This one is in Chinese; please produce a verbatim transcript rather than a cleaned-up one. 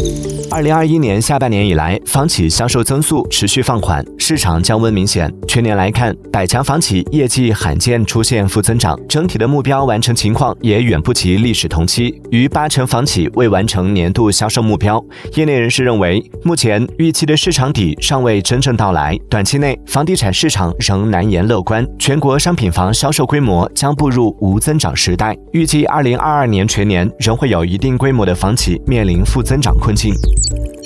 二零二一年下半年以来，房企销售增速持续放缓，市场降温明显。全年来看，百强房企业绩罕见出现负增长，整体的目标完成情况也远不及历史同期，逾八成房企未完成年度销售目标。业内人士认为，目前预期的市场底尚未真正到来，短期内房地产市场仍难言乐观，全国商品房销售规模将步入无增长时代。预计二零二二年全年仍会有一定规模的房企面临负增长困境。